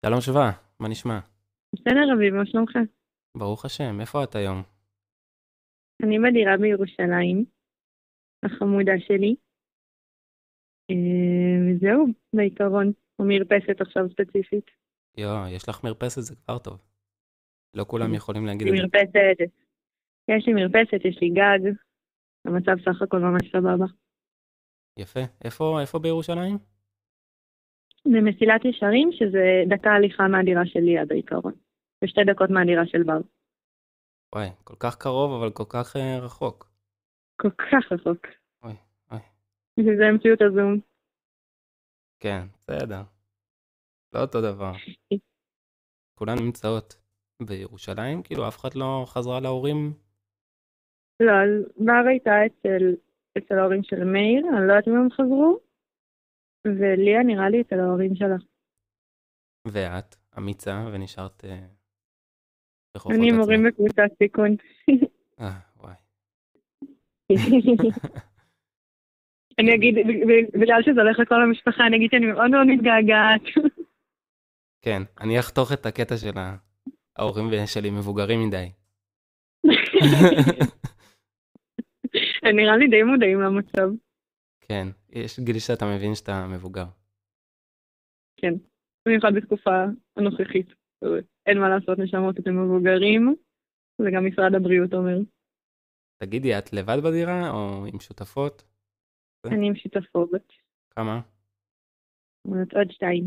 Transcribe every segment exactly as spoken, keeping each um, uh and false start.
שלום שווה, מה נשמע? בסדר, אביב, מה שלומך? ברוך השם, איפה את היום? אני בדירה בירושלים, החמודה שלי, אה, וזהו, בעיקרון, או מרפסת עכשיו ספציפית. יו, יש לך מרפסת, זה כבר טוב. לא כולם יכולים יש להגיד לי את זה. מרפסת, יש לי מרפסת, יש לי גג, המצב סך הכל ממש סבבה. יפה. איפה, איפה בירושלים? זה מסילת ישרים, שזה דקה הליכה מהדירה שלי עד העיקרון, ושתי דקות מהדירה של בר. וואי, כל כך קרוב, אבל כל כך אה, רחוק. כל כך רחוק. אוי, אוי. זה המציאות הזום. כן, בסדר. לא אותו דבר. כולן נמצאות בירושלים, כאילו אף אחד לא חזרה להורים. לא, אז בר הייתה אצל, אצל ההורים של מאיר, אני לא יודעת אם הם חזרו, וליה נראה לי אצל ההורים שלה. ואת, אמיצה, ונשארת אה, אני בכוחות מורים עצמך. בקבוצת סיכון. אה, וואי. אני אגיד, בגלל שזה הולך לכל המשפחה, אני אגיד שאני מאוד מאוד מתגעגעת. כן, אני אחתוך את הקטע של ההורים שלי מבוגרים מדי. הם נראה לי די מודעים למצב. כן, יש גיל שאתה מבין שאתה מבוגר. כן, במיוחד בתקופה הנוכחית. אין מה לעשות, נשמות, אתם מבוגרים, וגם משרד הבריאות אומר. תגידי, את לבד בדירה או עם שותפות? אני עם שותפות, כמה? אומרת עוד שתיים.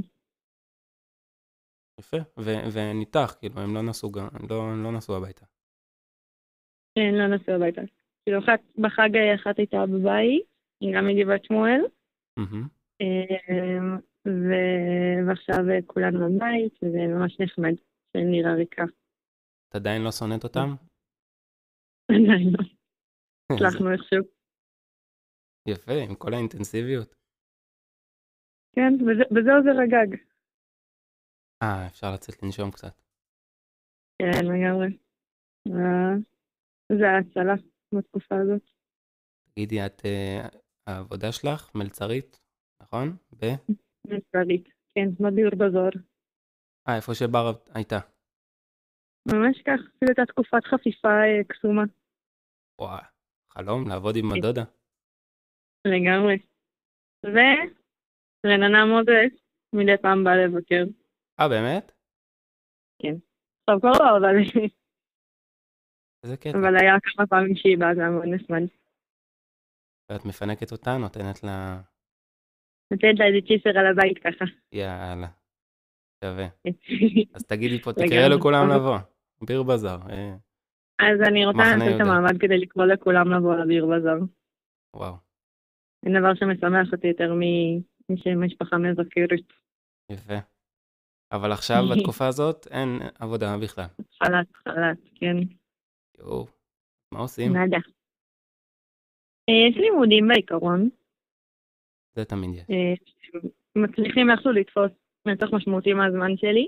יפה. ו- וניתח, כאילו, הם לא נסעו, גם- הם לא, הם לא נסעו הביתה. כן, לא נסעו הביתה. כאילו, אחת, בחג אחת הייתה בבית, היא גם מגבעת שמואל, מהמם. אמ, ו- ועכשיו כולנו בבית, וזה ממש נחמד, שאין נראה ריקה. את עדיין לא שונאת אותם? עדיין לא. זה הצלחנו איכשהו. יפה, עם כל האינטנסיביות. כן, וזה- וזהו זה רגג. אה, אפשר לצאת לנשום קצת. כן, לגמרי. אה, זה ההצלה בתקופה הזאת. תגידי, את, אה, העבודה שלך מלצרית, נכון? ב? מספרית. כן, בדיור בזור. אה, איפה שבר הייתה. ממש כך, זו הייתה תקופת חפיפה אה, קסומה. וואי, חלום לעבוד עם הדודה. לגמרי. ורננה מוזס מדי פעם באה לבקר. אה, באמת? כן. עכשיו כבר לא, אבל, איזה קטע. אבל היה כמה פעמים שהיא באה, זה היה מאוד נחמד. ואת מפנקת אותה, נותנת לה... נותנת לה איזה צ'יפר על הבית ככה. יאללה, שווה. אז תגידי פה, תקראי לגמרי. לכולם לבוא. ביר בזאר. אה, אז אני רוצה מחנה לנצל את יהודה. המעמד כדי לקרוא לכולם לבוא לביר בזאר. וואו, אין דבר שמשמח אותי יותר ממי שמשפחה מבקרת. יפה. אבל עכשיו, בתקופה הזאת, אין עבודה בכלל. חל"ת, חל"ת, כן. יואו, מה עושים? נדע. אה, יש לימודים בעיקרון. זה תמיד יש. אה, מצליחים איכשהו לתפוס נתח משמעותי מהזמן שלי.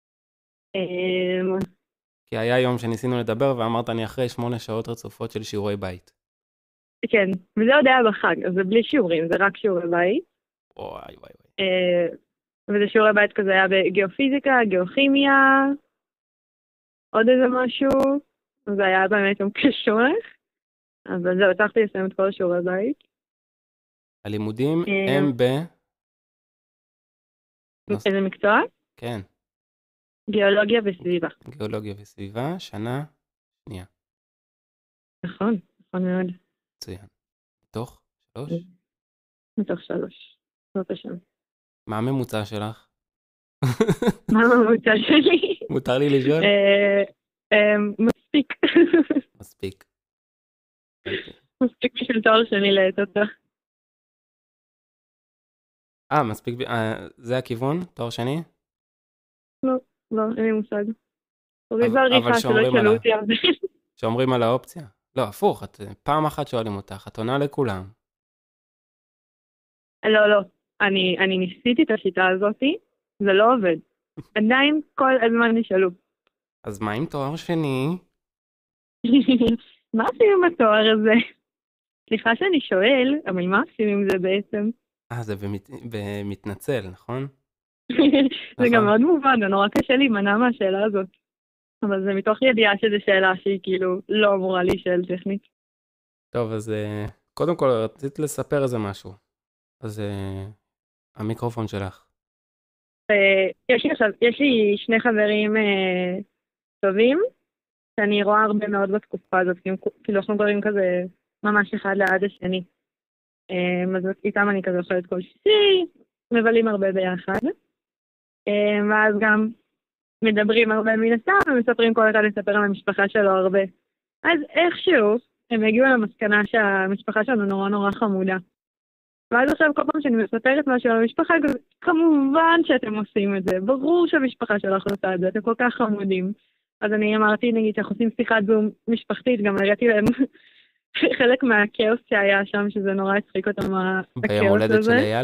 אה, כי היה יום שניסינו לדבר ואמרת אני אחרי שמונה שעות רצופות של שיעורי בית. כן, וזה עוד היה בחג, אז זה בלי שיעורים, זה רק שיעורי בית. וואי וואי וואי. אה, וזה שיעורי בית כזה היה בגיאופיזיקה, גיאוכימיה, עוד איזה משהו. זה היה באמת יום קשוח. אבל זהו, הצלחתי לסיים את כל השיעורי בית. הלימודים אה, הם ב... נוס- איזה מקצוע? כן, גיאולוגיה וסביבה. גיאולוגיה וסביבה, שנה שנייה. נכון, נכון מאוד. מצוין. מתוך שלוש? מתוך שלוש. זאת השם. מה הממוצע שלך? מה הממוצע שלי? מותר לי לשאול? אה, אה, מספיק. מספיק. מספיק בשביל תואר שני לעת אותה. אה, מספיק, ב- אה, זה הכיוון? תואר שני? לא, לא, אין לי מושג. תוריד אבל אבל בעריכה, שלא שאומרים על ישאלו ה... אותי על זה. שאומרים על האופציה. לא, הפוך, את פעם אחת שואלים אותך, את עונה לכולם. לא, לא. אני אני ניסיתי את השיטה הזאתי, זה לא עובד. עדיין כל הזמן נשאלו. אז מה עם תואר שני? מה עושים עם התואר הזה? סליחה שאני שואל, אבל מה עושים עם זה בעצם? אה, זה במת... במתנצל, נכון? זה גם נכון. מאוד מובן, זה נורא קשה להימנע מהשאלה הזאת. אבל זה מתוך ידיעה שזו שאלה שהיא כאילו לא אמורה להישאל טכנית. טוב, אז אה, קודם כל רצית לספר איזה משהו. אז אה, המיקרופון שלך. אה, יש לי עכשיו, יש לי שני חברים אה, טובים, שאני רואה הרבה מאוד בתקופה הזאת, כי הם כאילו אנחנו גרים כזה ממש אחד ליד השני. אה, אז איתם אני כזה אוכלת כל שישי, מבלים הרבה ביחד. אה, ואז גם מדברים הרבה מן הסתם, ומספרים כל אחד לספר על המשפחה שלו הרבה. אז איכשהו, הם הגיעו למסקנה שהמשפחה שלנו נורא נורא חמודה. ואז עכשיו כל פעם שאני מספרת משהו על המשפחה, כמובן שאתם עושים את זה, ברור שהמשפחה שלך עושה את זה, אתם כל כך חמודים. אז אני אמרתי, נגיד, שאנחנו עושים שיחת זום משפחתית, גם הראיתי להם חלק מהכאוס שהיה שם, שזה נורא הצחיק אותם, ביום הכאוס הולדת של הזה. אייל?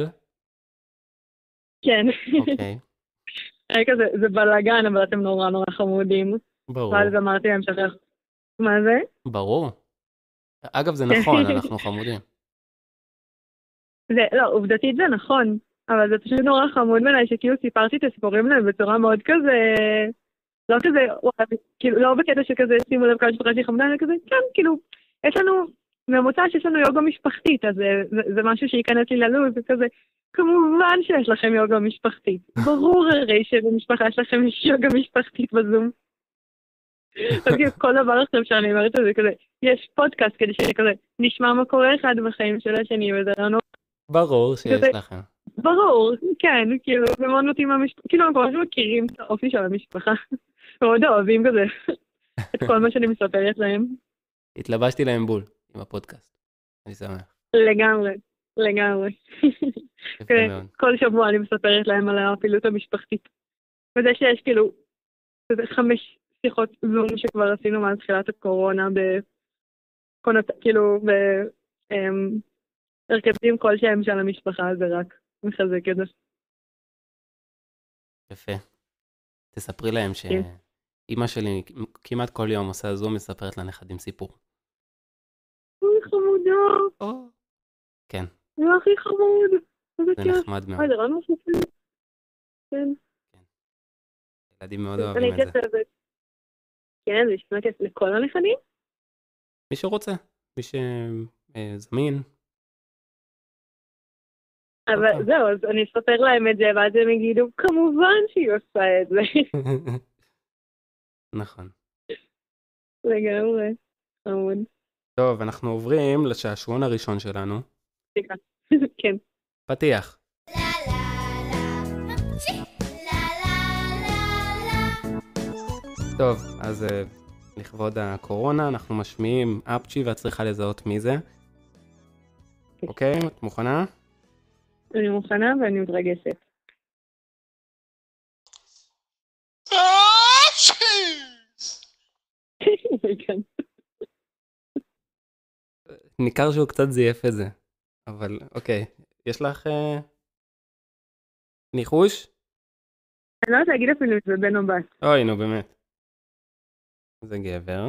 כן. אוקיי, היה כזה, זה בלאגן, אבל אתם נורא נורא חמודים. ברור. ואז אמרתי להם שכח. מה זה? ברור. אגב, זה נכון, אנחנו חמודים. זה, לא, עובדתית זה נכון, אבל זה פשוט נורא חמוד בעיניי שכאילו סיפרתי את הסיפורים להם בצורה מאוד כזה, לא כזה, וואי, כאילו, לא בקטע שכזה שימו לב כל המשפחה שלי חמודה, אלא כזה, כן, כאילו, יש לנו, ממוצע שיש לנו יוגה משפחתית, אז זה, זה, זה משהו שייכנס לי ללוז, זה כזה, כמובן שיש לכם יוגה משפחתית, ברור הרי שבמשפחה שלכם יש יוגה משפחתית בזום. אז כאילו כל דבר עכשיו שאני אומרת את זה כזה, יש פודקאסט כדי שכזה נשמע מה קורה אחד בחיים של השני, וזה לא נורא. ברור שיש כזה- לכם. ברור, כן, כאילו, זה מאוד מתאים למשפחה, כאילו, אנחנו ממש מכירים את האופי של המשפחה, מאוד אוהבים כזה, את כל מה שאני מספרת להם. התלבשתי להם בול עם הפודקאסט. אני שמח. לגמרי, לגמרי. יפה כן, מאוד. כל שבוע אני מספרת להם על הפעילות המשפחתית. וזה שיש כאילו, זה חמש שיחות זום שכבר עשינו מאז תחילת הקורונה, בקונות, כאילו, בהרכבים כלשהם של המשפחה, זה רק מחזק את זה. יפה. תספרי להם כן. שאימא שלי כמעט כל יום עושה זום, מספרת לנכדים סיפור. אוי, חמודו, או. כן, זה הכי חמוד. איזה זה כיף. נחמד מאוד. אוי, זה רע נוספים. כן. ילדים מאוד אני אוהבים את זה. כתבת. כן, זה ישמע כיף לכל הנכדים? מי שרוצה, מי שזמין. אבל אוקיי. זהו, אז אני אספר להם את זה, ואז הם יגידו, כמובן שהיא עושה את זה. נכון. לגמרי. חמוד. טוב, אנחנו עוברים לשעשועון הראשון שלנו. סליחה. כן. פתיח. טוב, אז אה, לכבוד הקורונה אנחנו משמיעים אפצ'י ואת צריכה לזהות מי זה. אוקיי, את מוכנה? אני מוכנה ואני מתרגשת. כן. ניכר שהוא קצת זייף את זה. אבל אוקיי, יש לך אה, ניחוש? אני לא יודעת להגיד אפילו אם זה בן או בת. אוי, נו באמת. זה גבר.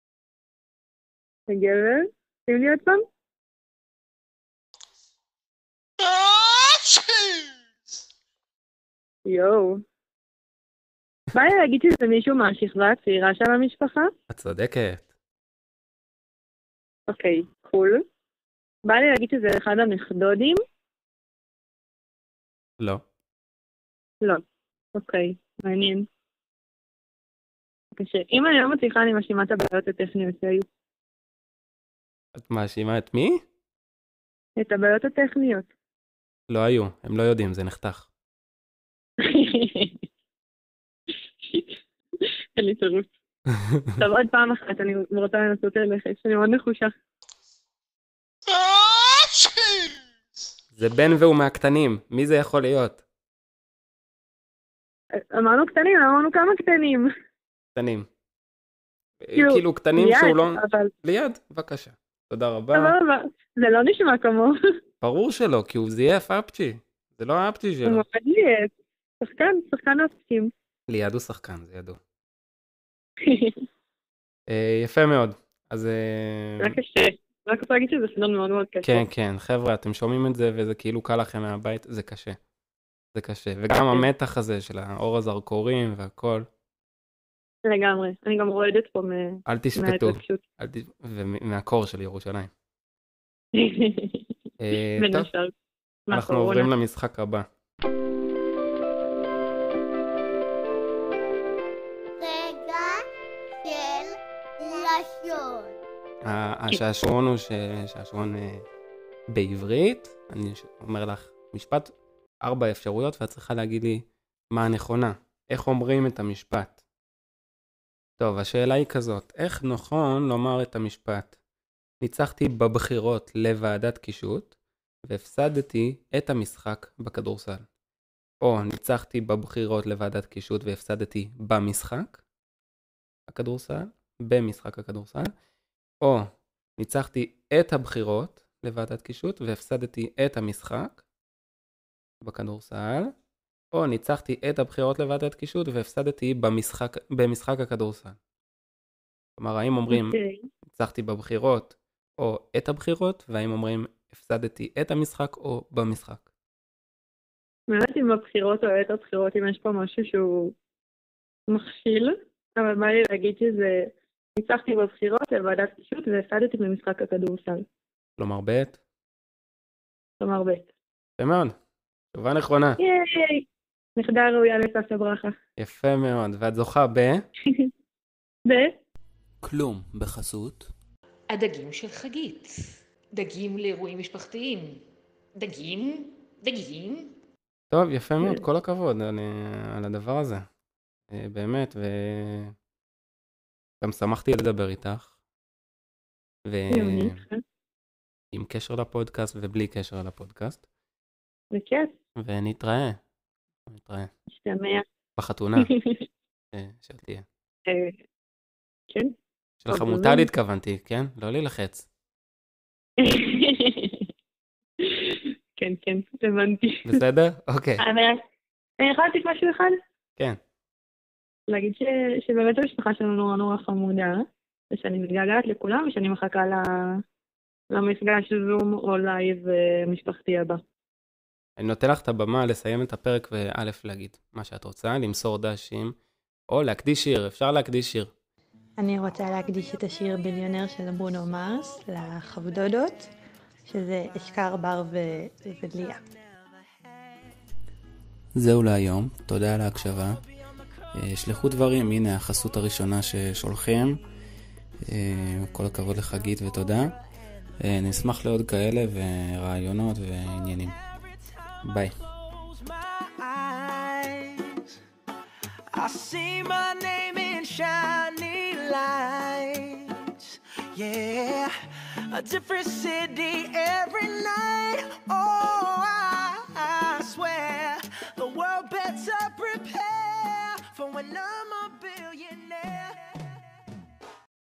זה גבר? שים לי עוד פעם? יואו. בא לי להגיד שזה מישהו מהשכבה הצעירה של המשפחה? את צודקת. אוקיי, קול. בא לי להגיד שזה אחד הנכדודים? לא. לא. אוקיי, מעניין. קשה. אם אני לא מצליחה, אני מאשימה את הבעיות הטכניות שהיו. את מאשימה את מי? את הבעיות הטכניות. לא היו, הם לא יודעים, זה נחתך. שיט. אין לי תירוץ. טוב, עוד פעם אחת, אני רוצה לנסות ללכת, שאני מאוד נחושה. זה בן והוא מהקטנים, מי זה יכול להיות? אמרנו קטנים, אמרנו כמה קטנים. קטנים. כאילו, כאילו קטנים ליד, שהוא לא... אבל... ליד, בבקשה. תודה רבה. אבל זה לא נשמע כמו. ברור שלא, כי הוא זייף אפצ'י. זה לא האפצ'י הוא שלו. מפד לי את... שחקן, שחקן אופקים. ליד הוא שחקן, זה ידוע. אה, יפה מאוד. אז... אה, רק קשה. רק רוצה להגיד שזה סדון מאוד מאוד קשה. כן, כן, חבר'ה, אתם שומעים את זה וזה כאילו קל לכם מהבית, זה קשה. זה קשה. וגם המתח הזה של האור הזרקורים והכל. לגמרי. אני גם רועדת פה אל תשפטו. ומהקור של ירושלים. טוב, אנחנו עוברים למשחק הבא. רגע של לשון. השעשועון הוא שעשועון בעברית. אני אומר לך משפט, ארבע אפשרויות, ואת צריכה להגיד לי מה הנכונה. איך אומרים את המשפט? טוב, השאלה היא כזאת. איך נכון לומר את המשפט? ניצחתי בבחירות לוועדת קישוט, והפסדתי את המשחק בכדורסל. או ניצחתי בבחירות לוועדת קישוט והפסדתי במשחק הכדורסל, במשחק הכדורסל, או ניצחתי את הבחירות לוועדת קישוט והפסדתי את המשחק בכדורסל, או ניצחתי את הבחירות לוועדת קישוט והפסדתי במשחק, במשחק הכדורסל. כלומר, האם אומרים okay. ניצחתי בבחירות או את הבחירות, והאם אומרים הפסדתי את המשחק או במשחק. באמת אם בבחירות או את הבחירות, אם יש פה משהו שהוא מכשיל, אבל בא לי להגיד שזה ניצחתי בבחירות לוועדת קישוט והפסדתי במשחק הכדורסל. כלומר בית? כלומר בית. יפה מאוד. תשובה נכונה. ייי! נכדה ראויה לסבתא ברכה. יפה מאוד. ואת זוכה ב? ב? כלום בחסות. הדגים של חגית. דגים לאירועים משפחתיים. דגים? דגים? טוב, יפה מאוד. כל הכבוד על, על הדבר הזה. באמת, וגם שמחתי לדבר איתך. ועם קשר לפודקאסט ובלי קשר לפודקאסט. וכיף. ונתראה. נתראה. נשתמע. בחתונה. של תהיה. כן. של חמוטל התכוונתי, כן? לא להילחץ. כן, כן, הבנתי. בסדר? אוקיי. אני יכולה להוסיף משהו אחד? כן. להגיד שבאמת המשפחה שלנו נורא נורא חמודה, ושאני מתגעגעת לכולם, ושאני מחכה למפגש זום או לייב משפחתי הבא. אני נותן לך את הבמה לסיים את הפרק וא' להגיד מה שאת רוצה, למסור דשים, או להקדיש שיר, אפשר להקדיש שיר. אני רוצה להקדיש את השיר ביליונר של ברונו מרס לחבדודות, שזה אשכר בר ו- וליה. זהו להיום, תודה על ההקשבה. שלחו דברים, הנה החסות הראשונה ששולחים. כל הכבוד לחגית ותודה. נשמח לעוד כאלה ורעיונות ועניינים. ביי. I see my name in shiny lights. Yeah, a different city every night. Oh, I, I swear the world better prepare for when I'm